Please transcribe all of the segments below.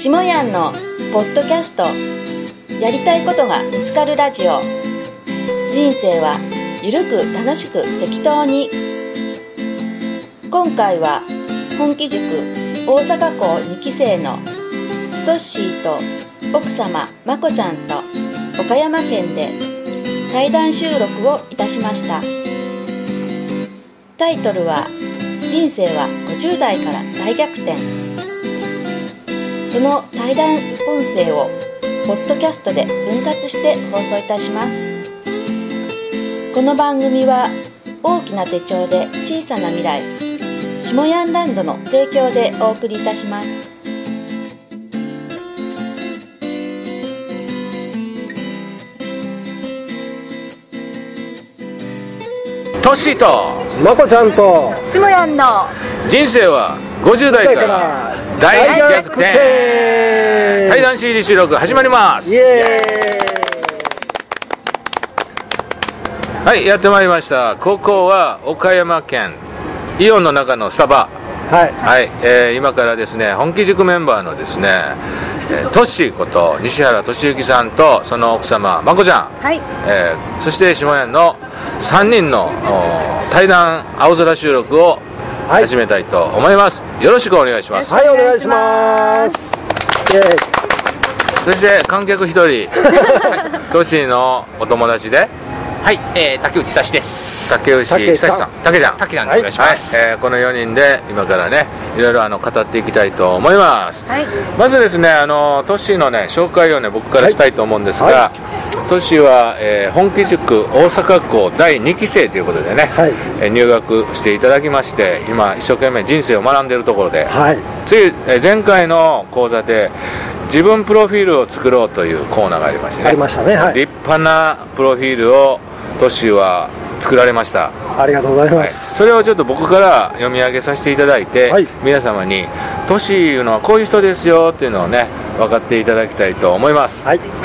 しもやんのポッドキャスト、やりたいことが見つかるラジオ。人生はゆるく楽しく適当に。今回は本気塾大阪校2期生のトッシーと奥様まこちゃんと岡山県で対談収録をいたしました。タイトルは人生は50代から大逆転。その対談音声をポッドキャストで分割して放送いたします。この番組は大きな手帳で小さな未来、しもやんランドの提供でお送りいたします。 トッシーとまこちゃんとしもやんの人生は50代から大逆転。対談 CD 収録始まります。 イエーイ。 はい、やってまいりました。ここは岡山県イオンの中のスタバ。はい、今からですね、本気塾メンバーのですね、トッシーこと西原俊之さんとその奥様まこちゃん、 はい、 そしてしもやんの3人の対談青空収録を始めたいと思います。よろしくお願いします。 はい、お願いします。イエーイ。 そして観客一人トッシーのお友達で、 はい、竹内久志です。 竹内久志さん、竹ちゃん竹ちゃんでお願いします。 この4人で今からね、いろいろ語っていきたいと思います。 はい、 まずですね、トッシーのね紹介をね僕からしたいと思うんですが、トッシーは、本気塾大阪校第2期生ということでね、入学していただきまして、今一生懸命人生を学んでいるところで、前回の講座で自分プロフィールを作ろうというコーナーがありましてね、 ありましたね。はい、 立派なプロフィールをトッシーは作られました。 ありがとうございます。 それをちょっと僕から読み上げさせていただいて、皆様にトッシーいうのはこういう人ですよっていうのをね分かっていただきたいと思います。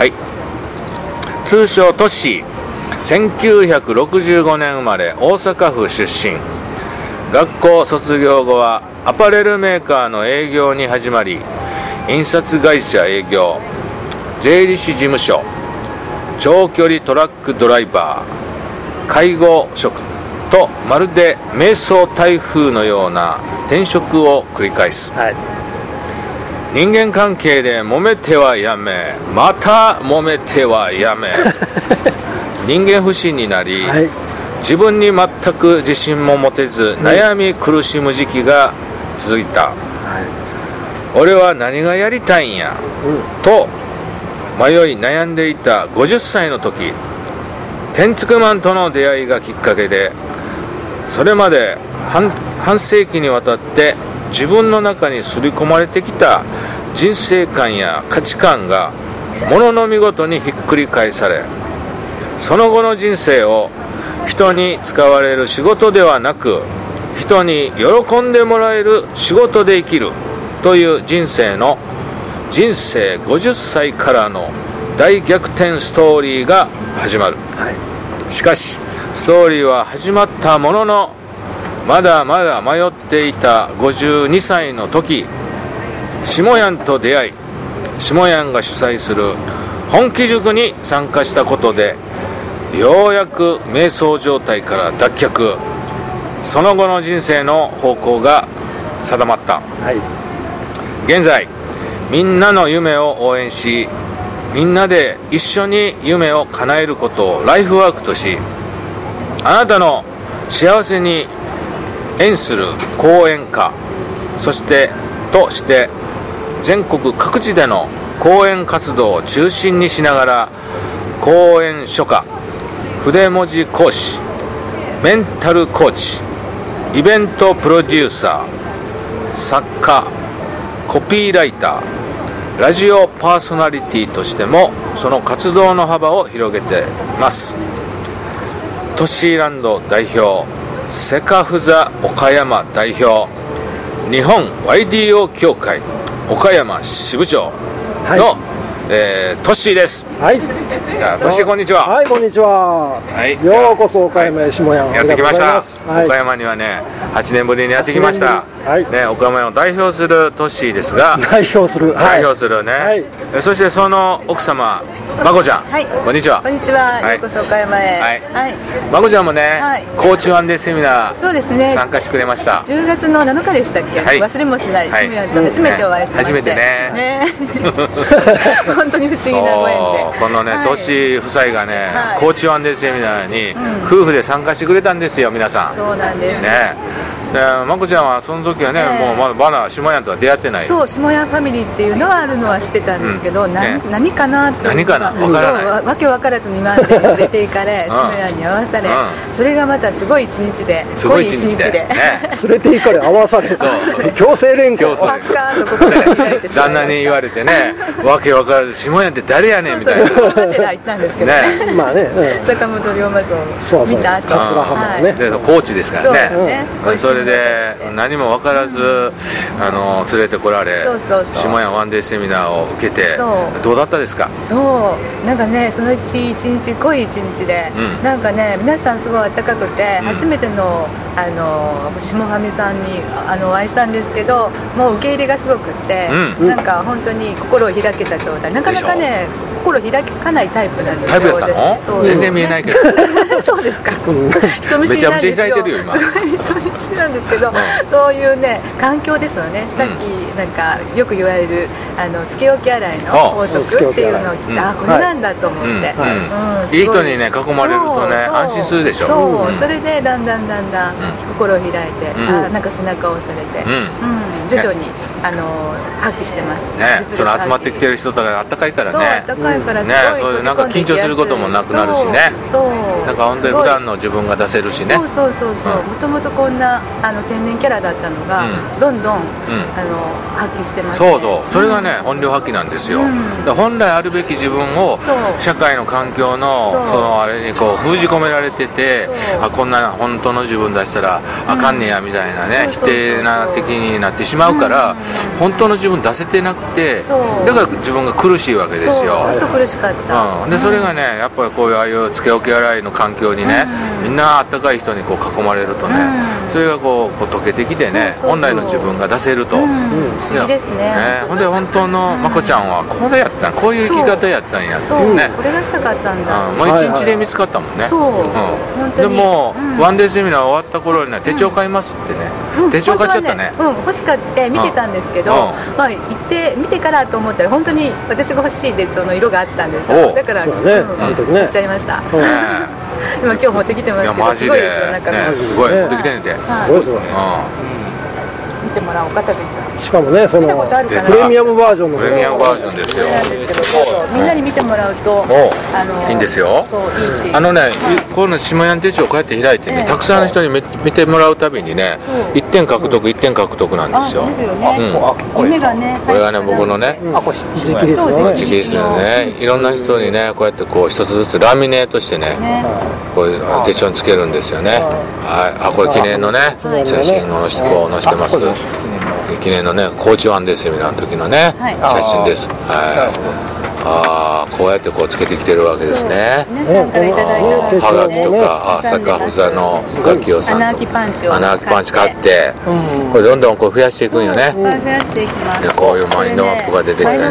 通称トッシー、1965年生まれ、大阪府出身。学校卒業後はアパレルメーカーの営業に始まり、印刷会社営業、税理士事務所、長距離トラックドライバー、介護職と、まるで瞑想台風のような転職を繰り返す。人間関係で揉めてはやめ、また揉めてはやめ人間不信になり、自分に全く自信も持てず悩み苦しむ時期が続いた。俺は何がやりたいんや、と迷い悩んでいた50歳の時、テンツクマンとの出会いがきっかけで、それまで半世紀にわたって自分の中に刷り込まれてきた人生観や価値観がものの見事にひっくり返され、その後の人生を人に使われる仕事ではなく、人に喜んでもらえる仕事で生きるという人生50歳からの大逆転ストーリーが始まる。しかしストーリーは始まったものの、まだまだ迷っていた52歳の時、しもやんと出会い、しもやんが主催する本気塾に参加したことで、ようやく瞑想状態から脱却、その後の人生の方向が定まった。現在みんなの夢を応援し、みんなで一緒に夢を叶えることをライフワークとし、あなたの幸せに縁する講演家、そして全国各地での講演活動を中心にしながら、講演書家、筆文字講師、メンタルコーチ、イベントプロデューサー、作家、コピーライター、ラジオパーソナリティとしてもその活動の幅を広げています。トッシーランド代表、セカフザ岡山代表、日本 YDO 協会岡山支部長のトッシーです。 はい。 じゃあトッシーこんにちは。 はい、こんにちは。 はい。 ようこそ岡山へ下屋、 やってきました。 はい、 岡山にはね、8年ぶりにやってきました。 はい。 ね、岡山を代表するトッシーですが。 代表する。 代表するね。 はい。 そしてその奥様、まこちゃん。 はい。 こんにちは。 こんにちは。ようこそ岡山へ。 はい。 はい。 まこちゃんもね、高知湾でセミナー。 そうですね。 参加してくれました。 10月の7日でしたっけ。忘れもしない。シミアと初めてお会いしまして。 初めてね。 ね。本当に不思議なご縁で。 このね、トッシー夫妻がね、高知湾でセミナーに夫婦で参加してくれたんですよ、皆さん。 そうなんです。 ね。でまこちゃんはその時はね、もうまだ下屋とは出会ってない。 そう、下屋ファミリーっていうのはあるのは知ってたんですけど、何かなって何かな分からない。 わけ分からずに今までに連れて行かれ下屋に会わされ、それがまたすごい一日で、 すごい一日で連れて行かれ会わされ、強制連行、 パッカーンと心が開いてしまいました。 旦那に言われてね、わけ分からず下屋って誰やねんみたいな。 そうそう、行ったんですけどね。 まあね、 坂本龍馬像を見た後、 高知ですからね。それで何も分からず連れてこられ、下屋ワンデーセミナーを受けてどうだったですか？ そうなんかね、その一日濃い一日で、なんかね、皆さんすごい温かくて、初めての下上さんにお会いしたんですけど、もう受け入れがすごくって、なんか本当に心を開けた状態。なかなかね、心開かないタイプなんですよ。 タイプだったの？全然見えないけど。 そうですか。人見知りなんですよ。 めちゃめちゃ開いてるよ今。 すごい人見知りなんですけど、そういうね環境ですよね。さっきなんかよく言われるつけ置き洗いの法則っていうのを聞いて、あ、これなんだと思って、 いい人にね囲まれるとね安心するでしょ。 そう、それでだんだん心を開いて、なんか背中を押されて、徐々に発揮してますね。その集まってきてる人とかあったかいからね。 あったかいからすごい、 そういうなんか緊張することもなくなるしね。なんか本当に普段の自分が出せるしね。 そうもともとこんな天然キャラだったのがどんどん発揮してます。 そうそれがね本領発揮なんですよ。本来あるべき自分を社会の環境のそのあれにこう封じ込められてて、あ、こんな本当の自分出したらあかんねやみたいなね、否定な的になってしまうから、本当の自分出せてなくて、だから自分が苦しいわけですよ。 ずっと苦しかった。 でそれがね、やっぱりこういうああいうつけ置き洗いの環境にね、みんなあったかい人にこう囲まれるとね、それがこう溶けてきてね、本来の自分が出せると。 不思議ですね。 ほんで本当のまこちゃんはこれやったん、こういう生き方やったんやっていうね。 これがしたかったんだ。 もう一日で見つかったもんね。でもワンデーセミナー終わった頃にね、手帳買いますってね。手帳買っちゃったね。 欲しかって見てたんですけど、まあ行って見てからと思ったら本当に私が欲しい手帳の色があったんですよ。だから買っちゃいました。今日持ってきてますけど、すごいですよ。なんかすごい持ってきてねて。 すごいですね。 見てもらおうか、食べちゃう。 しかもね、そのプレミアムバージョンのプレミアムバージョンですよ。 みんなに見てもらうといいんですよ。ね、この下屋手帳をこうやって開いてね、たくさんの人に見てもらうたびにね、1点獲得1点獲得なんですよ。これがね、僕のね直筆ですね。いろんな人にね、こうやってこう一つずつラミネートしてね、こういう手帳につけるんですよね。はい、これ記念のね写真をこう載せてます。記念のね、高知湾でセミナーの時のね、写真です。こうやってこうつけてきてるわけですね。はがきとか、坂ふざの楽器をさんと穴あきパンチ買って、これどんどんこう増やしていくんよね。でこういうマインドマップが出てきてね、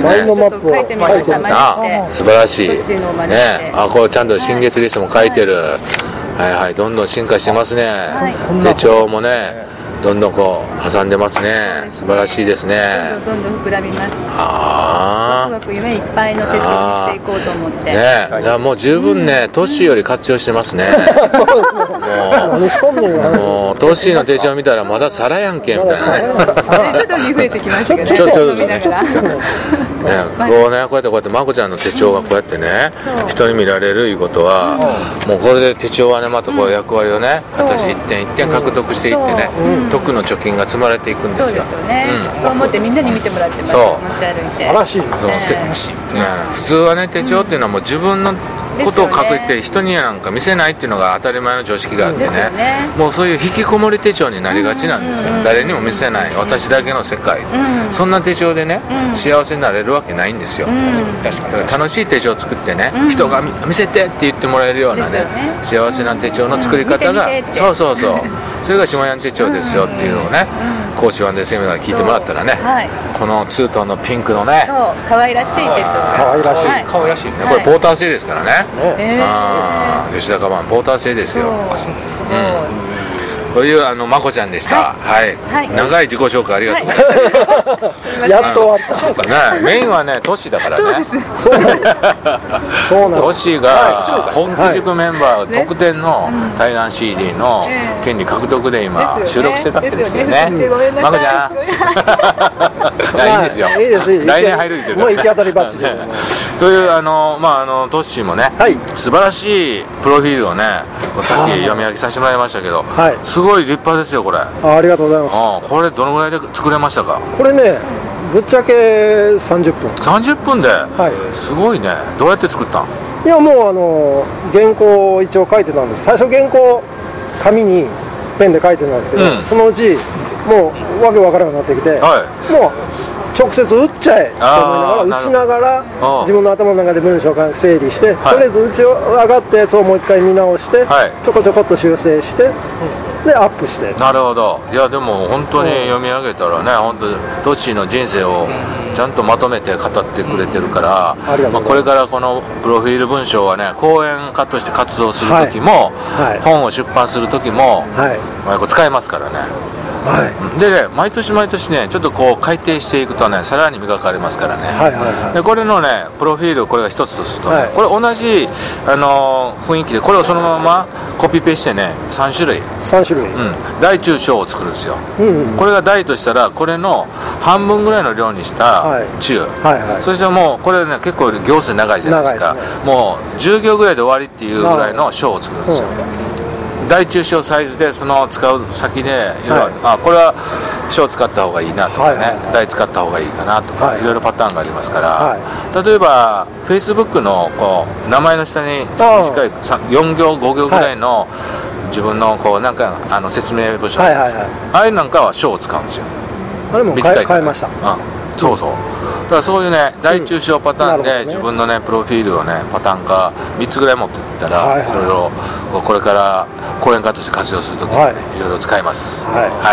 素晴らしいね。これちゃんと新月リストも書いてる。どんどん進化してますね。手帳もねどんどんこう挟んでますね。素晴らしいですね。 どんどん膨らみます。ワクワク夢いっぱいの手帳にしていこうと思ってね。 いやもう十分ね、トッシーより活用してますね。もうトッシーの手帳見たらまだ皿やんけみたいなね。 徐々に増えてきましたけどね。 ちょっとずつね。こうやってまこちゃんの手帳がこうやってね、人に見られるいうことは、もうこれで手帳はね、またこう役割をね、私1点獲得していってね、得の貯金が積まれていくんですよ。 そうですよね。そう思ってみんなに見てもらってます。持ち歩いて。 素晴らしい。 普通はね、手帳っていうのはもう自分のことを隠って人になんか見せないっていうのが当たり前の常識があってね、もうそういう引きこもり手帳になりがちなんですよ、誰にも見せない私だけの世界、そんな手帳でね、幸せになれるわけないんですよ。だから楽しい手帳を作ってね、人が見せてって言ってもらえるようなね、幸せな手帳の作り方が、そうそうそう、それが下屋手帳ですよっていうのをね、高知ワンデーセミナー聞いてもらったらね、このツートンのピンクのね、 そう可愛らしい手帳が可愛らしい、 可愛らしいね、これポーター製ですからね、吉田カバンポーター製ですよ。そうですか。というまこちゃんでした。はい。長い自己紹介ありがとうございます。 やっと終わった。 そうかね。メインはねトシだからね。 そうです。 そうなんです。そうなんです。 トシが本気塾メンバー特典の対談 CD の権利獲得で今収録してるわけですよね。まこちゃん。いやいいんですよ。 いいです。 来年入るってもう行き当たりばっちり。 というトシもね、素晴らしいプロフィールをね、さっき読み上げさせてもらいましたけど。すごい立派ですよこれ。 ありがとうございます。 これどのぐらいで作れましたか？ これね、ぶっちゃけ30分。 30分で、すごいね。どうやって作ったん？ いやもう原稿を一応書いてたんです。最初原稿紙にペンで書いてたんですけど、そのうちもうわけわからなくなってきて、もう直接打っちゃえと思いながら打ちながら自分の頭の中で文章を整理して、とりあえず打ち上がったやつをもう一回見直して、ちょこちょこっと修正して、でアップして。 なるほど。いやでも本当に読み上げたらね、本当にトッシーの人生をちゃんとまとめて語ってくれてるから、これからこのプロフィール文章はね、講演家として活動する時も、本を出版する時も、使えますからね。でね、毎年毎年ね、ちょっとこう改訂していくとね、さらに磨かれますからね。でこれのねプロフィール、これが一つとするとね、これ同じ雰囲気でこれをそのままコピペしてね、3種類、大中小を作るんですよ。これが大としたらこれの半分ぐらいの量にした中、そしてもうこれね結構行数長いじゃないですか。もう10行ぐらいで終わりっていうぐらいの小を作るんですよ。大中小サイズでその使う先でいろいろ、これは小使った方がいいなとかね、大使った方がいいかなとか、いろいろパターンがありますから、例えば Facebook のこう名前の下に短い4行5行ぐらいの自分のこうなんか説明文章あるんですよ。ああいうなんかは小を使うんですよ。 あれも変えました。 そうそう。だからそういうね、大中小パターンで自分のねプロフィールをねパターン化3つぐらい持っていったら、いろいろこれから講演家として活用するときにね、いろいろ使えます。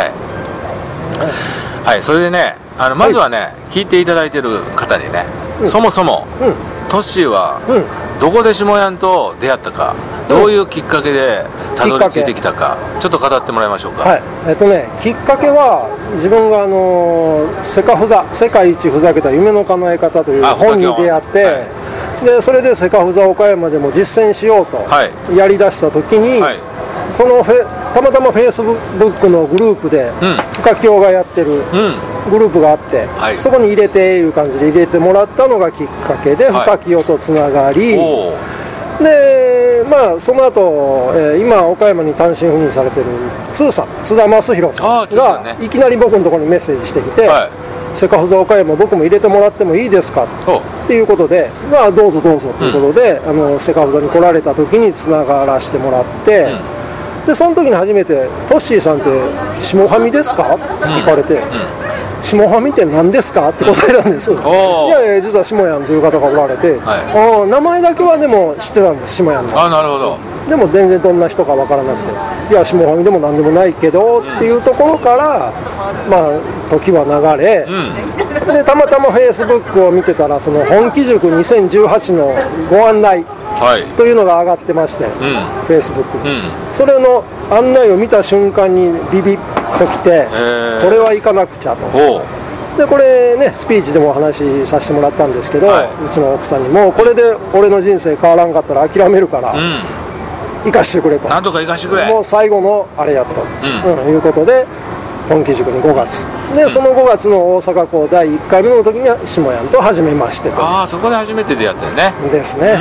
それでね、まずはね、聞いていただいてる方にね、そもそもトッシーはどこで下屋と出会ったか、どういうきっかけでたどり着いてきたか、ちょっと語ってもらいましょうか。 きっかけは自分が世界一ふざけた夢の叶え方という本に出会って、でそれでセカフザ岡山でも実践しようとやりだした時に、そのたまたまフェイスブックのグループで深京がやってるグループがあって、そこに入れていう感じで入れてもらったのがきっかけで深京とつながり、でその後、今岡山に単身赴任されてる津田正弘さんがいきなり僕のところにメッセージしてきて、セカフザ岡山僕も入れてもらってもいいですかっていうことで、どうぞどうぞということで、セカフザに来られた時につながらせてもらって、でその時に初めて「トッシーさんって下ファミですか?」って聞かれて「下ファミって何ですか?」って答えたんです。いやいや実は下やんという方がおられて、名前だけはでも知ってたんです、下やんの。 なるほど。 でも全然どんな人か分からなくて「いや下ファミでも何でもないけど」っていうところから時は流れ、でたまたまフェイスブックを見てたら、その本気塾2018のご案内というのが上がってまして、フェイスブックに、それの案内を見た瞬間にビビッときて、これは行かなくちゃと。でこれね、スピーチでもお話しさせてもらったんですけど、うちの奥さんにもこれで俺の人生変わらんかったら諦めるから、生かしてくれと。 なんとか生かしてくれ。 もう最後のあれやと、いうことで本気塾に5月で、その5月の大阪校第1回目の時には下やんと初めましてと。 そこで初めて出会ったよね。 ですね。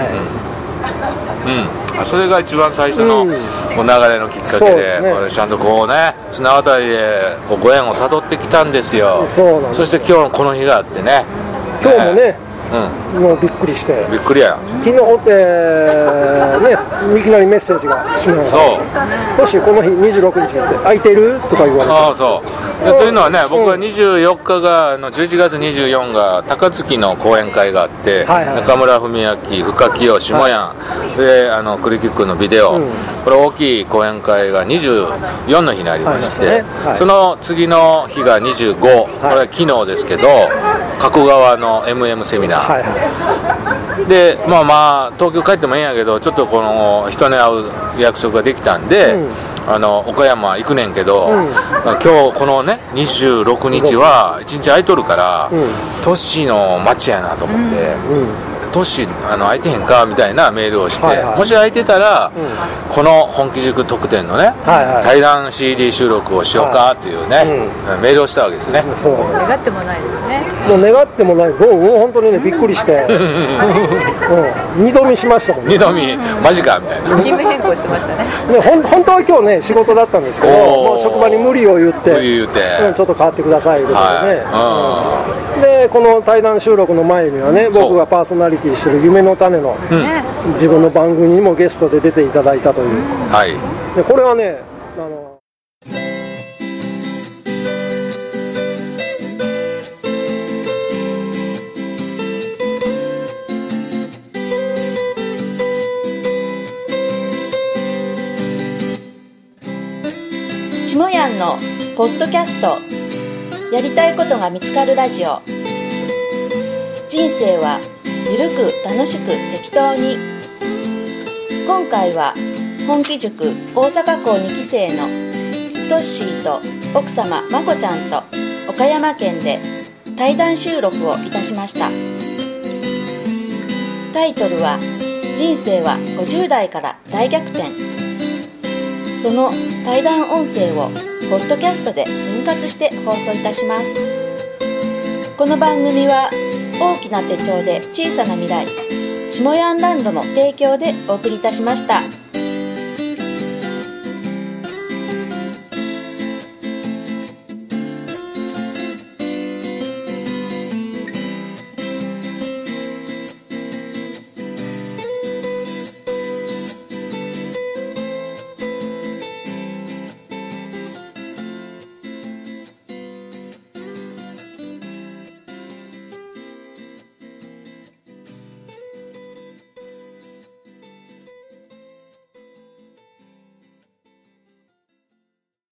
それが一番最初の流れのきっかけで、ちゃんとこうね、綱渡りでご縁をたどってきたんですよ。そして今日のこの日があってね、 今日もね、 もうびっくりして、 びっくりや。 昨日いきなりメッセージがしました。トシこの日26日って空いてるとか言われて。 ああそう。というのはね、僕は24日が11月24が高槻の講演会があって、中村文明、深清、下屋、それでクリキックのビデオ、これ大きい講演会が24の日にありまして、その次の日が25、これは昨日ですけど、加古川の MM セミナー、でまあ東京帰ってもいいんやけど、ちょっとこの人に会う約束ができたんで、岡山行くねんけど、今日このね26日は1日空いとるから、トッシーの街やなと思って、トッシー空いてへんかみたいなメールをして、もし空いてたら、この本気塾特典のね、対談 CD 収録をしようかっていうね、メールをしたわけですね。 そう願ってもないですね。 もう願ってもない。もう本当にねびっくりして二度見しましたもんね。 二度見マジかみたいな。 勤務変更しましたね。 本当は今日ね仕事だったんですけど、もう職場に無理を言ってちょっと変わってくださいということでね、でこの対談収録の前にはね、僕がパーソナリティしてる夢の種の自分の番組にもゲストで出ていただいたという、でこれはね下やんのポッドキャスト、やりたいことが見つかるラジオ。人生はゆるく楽しく適当に。今回は本気塾大阪校2期生のトッシーと奥様まこちゃんと岡山県で対談収録をいたしました。タイトルは人生は50代から大逆転。その対談音声をポッドキャストで分割して放送いたします。この番組は大きな手帳で小さな未来、下ヤンランドの提供でお送りいたしました。